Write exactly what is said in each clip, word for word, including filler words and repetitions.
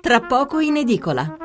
tra poco in edicola.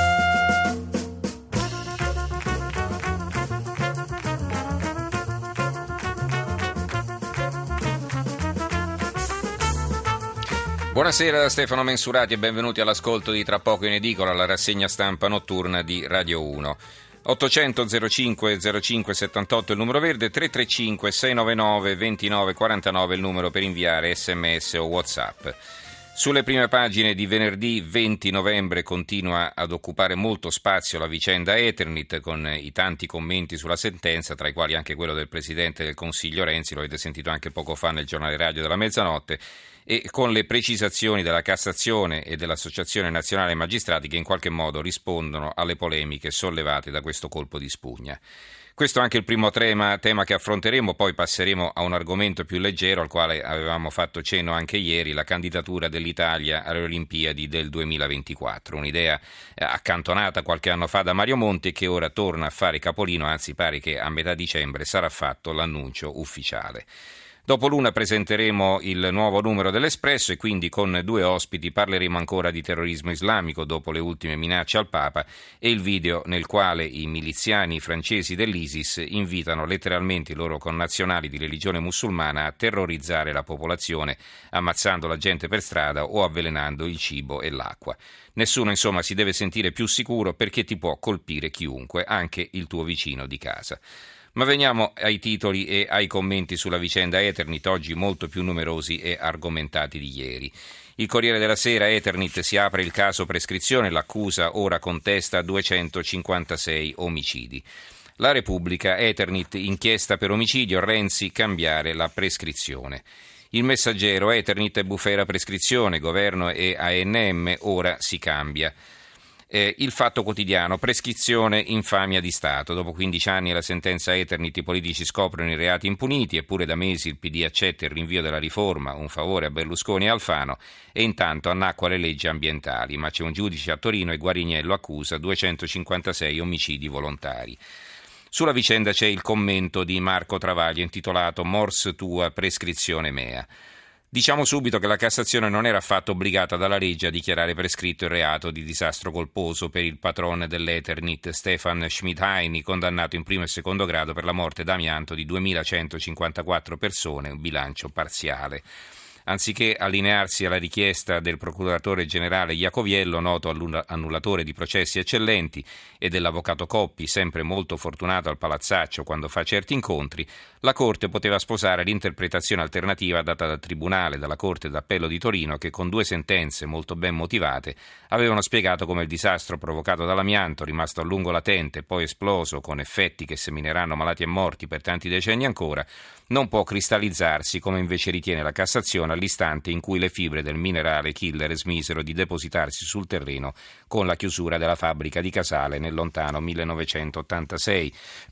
Buonasera da Stefano Mensurati e benvenuti all'ascolto di Tra poco in edicola, la rassegna stampa notturna di Radio uno. ottocento zero cinque zero cinque settantotto il numero verde, tre tre cinque sei nove nove due nove quattro nove il numero per inviare sms o WhatsApp. Sulle prime pagine di venerdì venti novembre continua ad occupare molto spazio la vicenda Eternit, con i tanti commenti sulla sentenza, tra i quali anche quello del Presidente del Consiglio Renzi, lo avete sentito anche poco fa nel giornale radio della mezzanotte, e con le precisazioni della Cassazione e dell'Associazione Nazionale Magistrati che in qualche modo rispondono alle polemiche sollevate da questo colpo di spugna. Questo è anche il primo tema, tema che affronteremo, poi passeremo a un argomento più leggero al quale avevamo fatto cenno anche ieri, la candidatura dell'Italia alle Olimpiadi del duemilaventiquattro, un'idea accantonata qualche anno fa da Mario Monti e che ora torna a fare capolino, anzi pare che a metà dicembre sarà fatto l'annuncio ufficiale. Dopo l'una presenteremo il nuovo numero dell'Espresso e quindi con due ospiti parleremo ancora di terrorismo islamico dopo le ultime minacce al Papa e il video nel quale i miliziani francesi dell'ISIS invitano letteralmente i loro connazionali di religione musulmana a terrorizzare la popolazione ammazzando la gente per strada o avvelenando il cibo e l'acqua. Nessuno insomma si deve sentire più sicuro perché ti può colpire chiunque, anche il tuo vicino di casa. Ma veniamo ai titoli e ai commenti sulla vicenda Eternit, oggi molto più numerosi e argomentati di ieri. Il Corriere della Sera, Eternit, si apre il caso prescrizione, l'accusa ora contesta duecentocinquantasei omicidi. La Repubblica, Eternit, inchiesta per omicidio, Renzi cambiare la prescrizione. Il Messaggero, Eternit e bufera prescrizione, governo e A N M, ora si cambia. Eh, il Fatto Quotidiano, prescrizione, infamia di Stato. Dopo quindici anni la sentenza Eternit, i politici scoprono i reati impuniti, eppure da mesi il P D accetta il rinvio della riforma, un favore a Berlusconi e Alfano, e intanto annacqua le leggi ambientali. Ma c'è un giudice a Torino e Guariniello accusa duecentocinquantasei omicidi volontari. Sulla vicenda c'è il commento di Marco Travaglio intitolato Mors tua, prescrizione mea. Diciamo subito che la Cassazione non era affatto obbligata dalla legge a dichiarare prescritto il reato di disastro colposo per il patron dell'Eternit, Stefan Schmidheiny, condannato in primo e secondo grado per la morte d'amianto di duemilacentocinquantaquattro persone, un bilancio parziale. Anziché allinearsi alla richiesta del procuratore generale Iacoviello, noto annullatore di processi eccellenti, e dell'avvocato Coppi, sempre molto fortunato al palazzaccio quando fa certi incontri, la Corte poteva sposare l'interpretazione alternativa data dal Tribunale, dalla Corte d'Appello di Torino, che con due sentenze molto ben motivate avevano spiegato come il disastro provocato dall'amianto, rimasto a lungo latente e poi esploso con effetti che semineranno malati e morti per tanti decenni ancora, non può cristallizzarsi come invece ritiene la Cassazione all'istante in cui le fibre del minerale killer smisero di depositarsi sul terreno con la chiusura della fabbrica di Casale nel lontano millenovecentottantasei.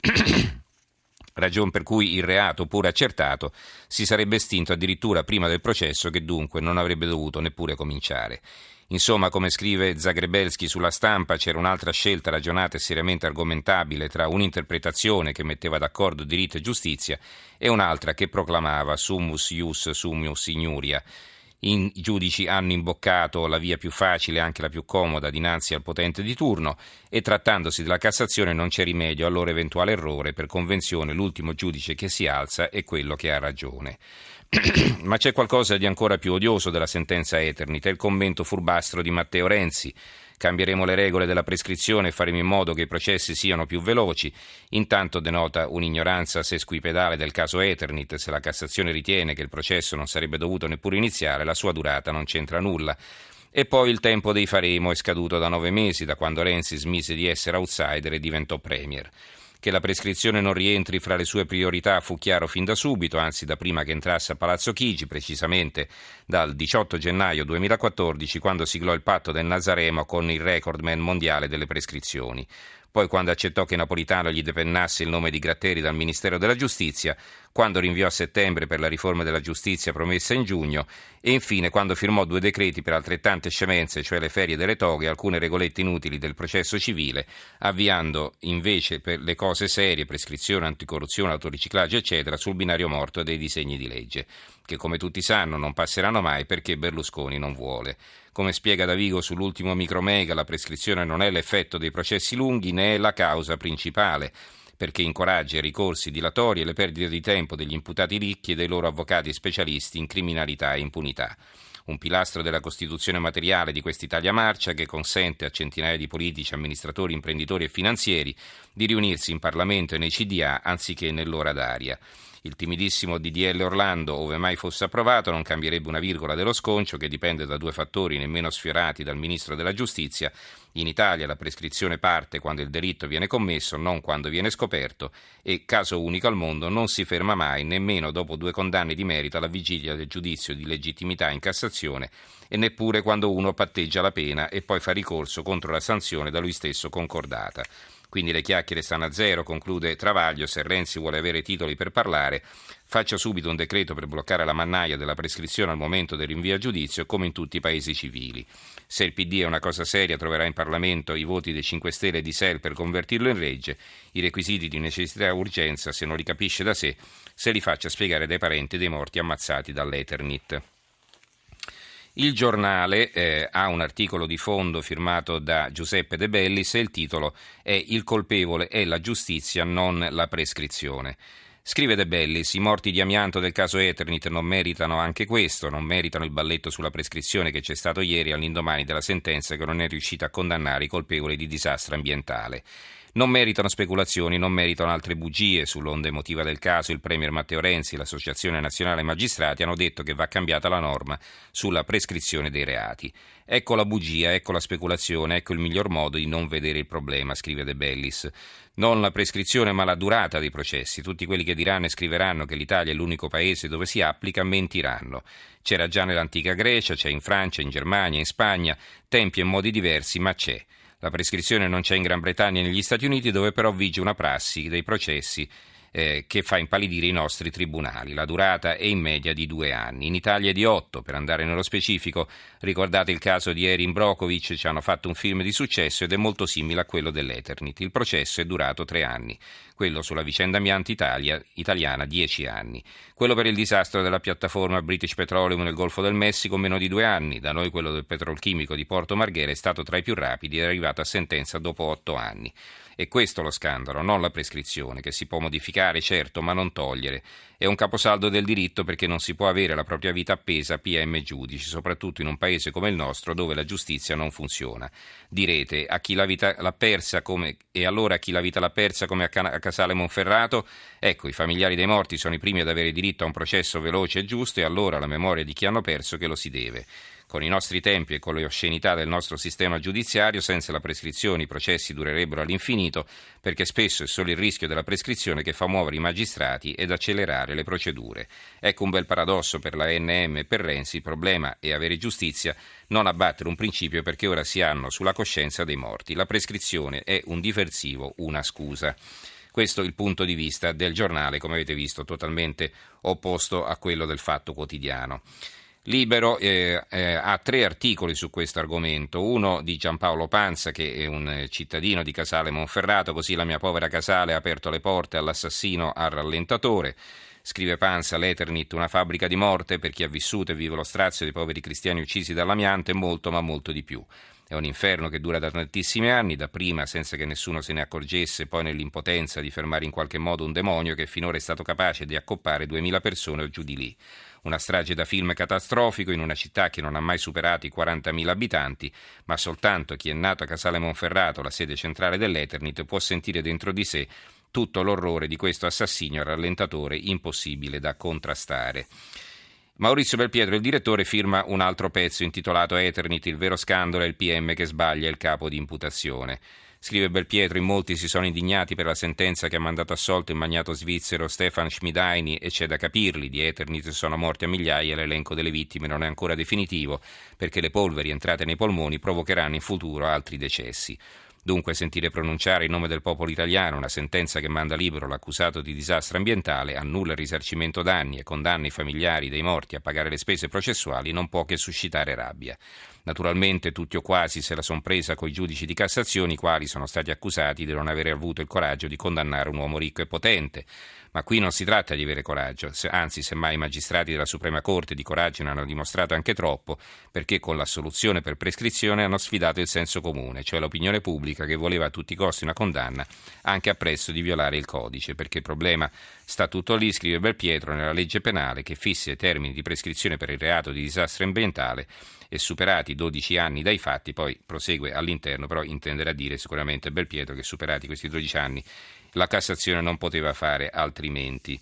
Ragion per cui il reato, pure accertato, si sarebbe estinto addirittura prima del processo, che dunque non avrebbe dovuto neppure cominciare. Insomma, come scrive Zagrebelski sulla Stampa, c'era un'altra scelta ragionata e seriamente argomentabile tra un'interpretazione che metteva d'accordo diritto e giustizia e un'altra che proclamava summus ius summus ignuria. I giudici hanno imboccato la via più facile, anche la più comoda, dinanzi al potente di turno, e trattandosi della Cassazione non c'è rimedio al loro eventuale errore. Per convenzione l'ultimo giudice che si alza è quello che ha ragione. Ma c'è qualcosa di ancora più odioso della sentenza Eternit, è il commento furbastro di Matteo Renzi. Cambieremo le regole della prescrizione e faremo in modo che i processi siano più veloci. Intanto denota un'ignoranza sesquipedale del caso Eternit. Se la Cassazione ritiene che il processo non sarebbe dovuto neppure iniziare, la sua durata non c'entra nulla. E poi il tempo dei faremo è scaduto da nove mesi, da quando Renzi smise di essere outsider e diventò premier. Che la prescrizione non rientri fra le sue priorità fu chiaro fin da subito, anzi da prima che entrasse a Palazzo Chigi, precisamente dal diciotto gennaio duemilaquattordici, quando siglò il patto del Nazareno con il recordman mondiale delle prescrizioni. Poi quando accettò che Napolitano gli depennasse il nome di Gratteri dal Ministero della Giustizia, quando rinviò a settembre per la riforma della giustizia promessa in giugno e infine quando firmò due decreti per altrettante scemenze, cioè le ferie delle toghe e alcune regolette inutili del processo civile, avviando invece per le cose serie, prescrizione, anticorruzione, autoriciclaggio eccetera, sul binario morto dei disegni di legge. che come tutti sanno non passeranno mai perché Berlusconi non vuole. Come spiega Davigo sull'ultimo Micromega, la prescrizione non è l'effetto dei processi lunghi né è la causa principale, perché incoraggia i ricorsi dilatori e le perdite di tempo degli imputati ricchi e dei loro avvocati specialisti in criminalità e impunità. Un pilastro della Costituzione materiale di quest'Italia marcia che consente a centinaia di politici, amministratori, imprenditori e finanzieri di riunirsi in Parlamento e nei C D A anziché nell'ora d'aria. Il timidissimo D D L Orlando, ove mai fosse approvato, non cambierebbe una virgola dello sconcio, che dipende da due fattori nemmeno sfiorati dal Ministro della Giustizia. In Italia la prescrizione parte quando il delitto viene commesso, non quando viene scoperto, e, caso unico al mondo, non si ferma mai, nemmeno dopo due condanne di merito alla vigilia del giudizio di legittimità in Cassazione, e neppure quando uno patteggia la pena e poi fa ricorso contro la sanzione da lui stesso concordata. Quindi le chiacchiere stanno a zero, conclude Travaglio. Se Renzi vuole avere titoli per parlare, faccia subito un decreto per bloccare la mannaia della prescrizione al momento del rinvio a giudizio, come in tutti i paesi civili. Se il P D è una cosa seria, troverà in Parlamento i voti dei cinque Stelle e di S E L per convertirlo in legge. I requisiti di necessità e urgenza, se non li capisce da sé, se li faccia spiegare dai parenti dei morti ammazzati dall'Eternit. Il Giornale eh, ha un articolo di fondo firmato da Giuseppe De Bellis e il titolo è "Il colpevole è la giustizia, non la prescrizione". Scrive De Bellis: i morti di amianto del caso Eternit non meritano anche questo, non meritano il balletto sulla prescrizione che c'è stato ieri all'indomani della sentenza che non è riuscita a condannare i colpevoli di disastro ambientale. Non meritano speculazioni, non meritano altre bugie. Sull'onda emotiva del caso, il premier Matteo Renzi e l'Associazione Nazionale Magistrati hanno detto che va cambiata la norma sulla prescrizione dei reati. Ecco la bugia, ecco la speculazione, ecco il miglior modo di non vedere il problema, scrive De Bellis. Non la prescrizione ma la durata dei processi. Tutti quelli che diranno e scriveranno che l'Italia è l'unico paese dove si applica mentiranno. C'era già nell'antica Grecia, c'è in Francia, in Germania, in Spagna, tempi e modi diversi, ma c'è. La prescrizione non c'è in Gran Bretagna e negli Stati Uniti, dove però vige una prassi dei processi eh, che fa impallidire i nostri tribunali. La durata è in media di due anni. In Italia è di otto. Per andare nello specifico, ricordate il caso di Erin Brockovich, ci hanno fatto un film di successo ed è molto simile a quello dell'Eternit. Il processo è durato tre anni. Quello sulla vicenda amianto Italia, italiana dieci anni. Quello per il disastro della piattaforma British Petroleum nel Golfo del Messico meno di due anni. Da noi quello del petrolchimico di Porto Marghera è stato tra i più rapidi ed è arrivato a sentenza dopo otto anni. E questo lo scandalo, non la prescrizione, che si può modificare, certo, ma non togliere. È un caposaldo del diritto perché non si può avere la propria vita appesa a P M e giudici, soprattutto in un paese come il nostro dove la giustizia non funziona. Direte, a chi la vita l'ha persa come... e allora a chi la vita l'ha persa come a, Can- a Casale Monferrato? Ecco, i familiari dei morti sono i primi ad avere diritto a un processo veloce e giusto e allora la memoria di chi hanno perso che lo si deve. Con i nostri tempi e con le oscenità del nostro sistema giudiziario, senza la prescrizione i processi durerebbero all'infinito, perché spesso è solo il rischio della prescrizione che fa muovere i magistrati ed accelerare le procedure. Ecco un bel paradosso per la A N M e per Renzi: il problema è avere giustizia, non abbattere un principio, perché ora si hanno sulla coscienza dei morti. La prescrizione è un diversivo, una scusa. Questo è il punto di vista del Giornale, come avete visto, totalmente opposto a quello del Fatto Quotidiano. Libero eh, eh, ha tre articoli su questo argomento, uno di Giampaolo Panza, che è un cittadino di Casale Monferrato: così la mia povera Casale ha aperto le porte all'assassino al rallentatore. Scrive Panza: l'Eternit, una fabbrica di morte per chi ha vissuto e vive lo strazio dei poveri cristiani uccisi dall'amianto e molto ma molto di più. È un inferno che dura da tantissimi anni, dapprima senza che nessuno se ne accorgesse, poi nell'impotenza di fermare in qualche modo un demonio che finora è stato capace di accoppare duemila persone o giù di lì. Una strage da film catastrofico in una città che non ha mai superato i quarantamila abitanti, ma soltanto chi è nato a Casale Monferrato, la sede centrale dell'Eternit, può sentire dentro di sé tutto l'orrore di questo assassinio al rallentatore impossibile da contrastare. Maurizio Belpietro, il direttore, firma un altro pezzo intitolato Eternit, il vero scandalo è il P M che sbaglia il capo di imputazione. Scrive Belpietro: in molti si sono indignati per la sentenza che ha mandato assolto il magnato svizzero Stefan Schmidaini, e c'è da capirli. Di Eternit sono morti a migliaia e l'elenco delle vittime non è ancora definitivo, perché le polveri entrate nei polmoni provocheranno in futuro altri decessi. Dunque sentire pronunciare in nome del popolo italiano una sentenza che manda libero l'accusato di disastro ambientale, annulla il risarcimento danni e condanna i familiari dei morti a pagare le spese processuali non può che suscitare rabbia. Naturalmente tutti o quasi se la son presa coi giudici di Cassazione, i quali sono stati accusati di non avere avuto il coraggio di condannare un uomo ricco e potente. Ma qui non si tratta di avere coraggio, anzi semmai i magistrati della Suprema Corte di coraggio ne hanno dimostrato anche troppo, perché con l'assoluzione per prescrizione hanno sfidato il senso comune, cioè l'opinione pubblica che voleva a tutti i costi una condanna anche a prezzo di violare il codice, perché il problema sta tutto lì, scrive Belpietro, nella legge penale che fissa i termini di prescrizione per il reato di disastro ambientale e superati dodici anni dai fatti, poi prosegue all'interno, però intenderà dire sicuramente Belpietro che superati questi dodici anni la Cassazione non poteva fare altrimenti.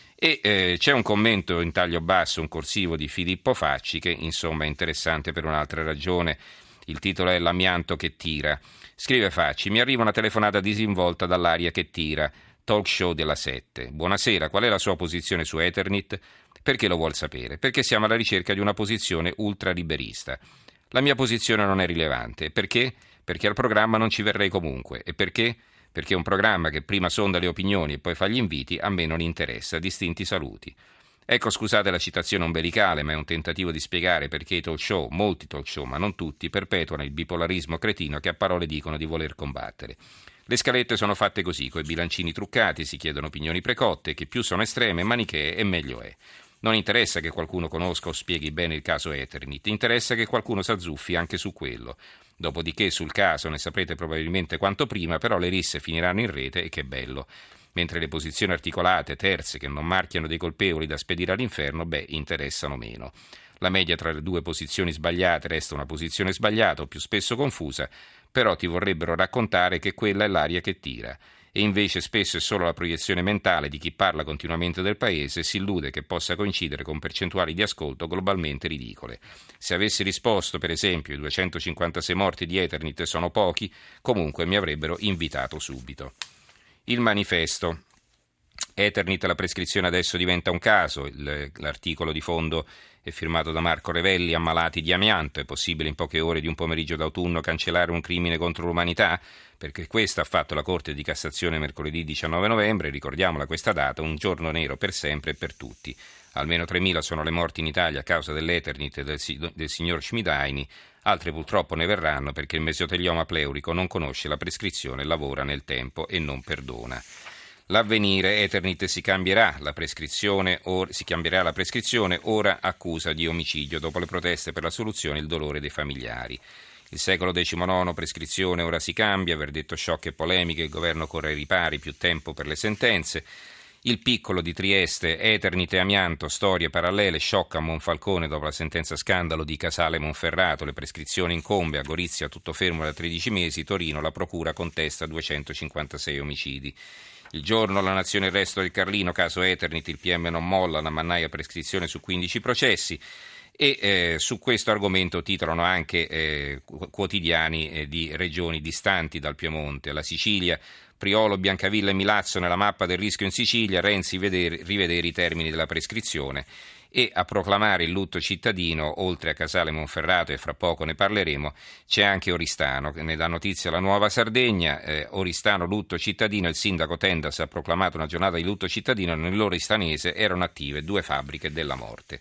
E eh, c'è un commento in taglio basso, un corsivo di Filippo Facci che insomma è interessante per un'altra ragione. Il titolo è L'amianto che tira. Scrive Facci: mi arriva una telefonata disinvolta dall'aria che tira, talk show della sette. Buonasera, qual è la sua posizione su Eternit? Perché lo vuol sapere? Perché siamo alla ricerca di una posizione ultraliberista. La mia posizione non è rilevante. Perché? Perché al programma non ci verrei comunque. E perché? Perché un programma che prima sonda le opinioni e poi fa gli inviti a me non interessa. Distinti saluti. Ecco, scusate la citazione ombelicale, ma è un tentativo di spiegare perché i talk show, molti talk show, ma non tutti, perpetuano il bipolarismo cretino che a parole dicono di voler combattere. Le scalette sono fatte così, coi bilancini truccati, si chiedono opinioni precotte, che più sono estreme e manichee e meglio è. Non interessa che qualcuno conosca o spieghi bene il caso Eternit, interessa che qualcuno s'azzuffi anche su quello. Dopodiché sul caso ne saprete probabilmente quanto prima, però le risse finiranno in rete e che bello. Mentre le posizioni articolate, terze, che non marchiano dei colpevoli da spedire all'inferno, beh, interessano meno. La media tra le due posizioni sbagliate resta una posizione sbagliata o più spesso confusa, però ti vorrebbero raccontare che quella è l'aria che tira. E invece spesso è solo la proiezione mentale di chi parla continuamente del paese e si illude che possa coincidere con percentuali di ascolto globalmente ridicole. Se avessi risposto, per esempio, i duecentocinquantasei morti di Eternit sono pochi, comunque mi avrebbero invitato subito. Il manifesto. Eternit, la prescrizione adesso diventa un caso. Il, l'articolo di fondo è firmato da Marco Revelli. Ammalati di amianto, è possibile in poche ore di un pomeriggio d'autunno cancellare un crimine contro l'umanità? Perché questo ha fatto la Corte di Cassazione mercoledì diciannove novembre, ricordiamola questa data, un giorno nero per sempre e per tutti. Almeno tremila sono le morti in Italia a causa dell'Eternit e del, del signor Schmidaini, altre purtroppo ne verranno perché il mesotelioma pleurico non conosce la prescrizione, lavora nel tempo e non perdona. L'Avvenire, Eternit si cambierà la prescrizione, or, si cambierà la prescrizione, ora accusa di omicidio, dopo le proteste per la soluzione il dolore dei familiari. Il secolo diciannove, prescrizione, ora si cambia, verdetto shock e polemiche, il governo corre ai ripari, più tempo per le sentenze. Il Piccolo di Trieste, Eternit e amianto, storie parallele, shock a Monfalcone dopo la sentenza scandalo di Casale Monferrato, le prescrizioni incombe, a Gorizia tutto fermo da tredici mesi, Torino la procura contesta duecentocinquantasei omicidi. Il Giorno, La Nazione, il resto del Carlino, caso Eternit, il P M non molla, la mannaia prescrizione su quindici processi. E eh, su questo argomento titolano anche eh, quotidiani eh, di regioni distanti dal Piemonte. La Sicilia, Priolo, Biancavilla e Milazzo nella mappa del rischio in Sicilia, Renzi vedere, rivedere i termini della prescrizione e a proclamare il lutto cittadino, oltre a Casale Monferrato, e fra poco ne parleremo, c'è anche Oristano, che ne dà notizia la Nuova Sardegna. eh, Oristano, lutto cittadino, il sindaco Tendas ha proclamato una giornata di lutto cittadino, nell'oristanese erano attive due fabbriche della morte.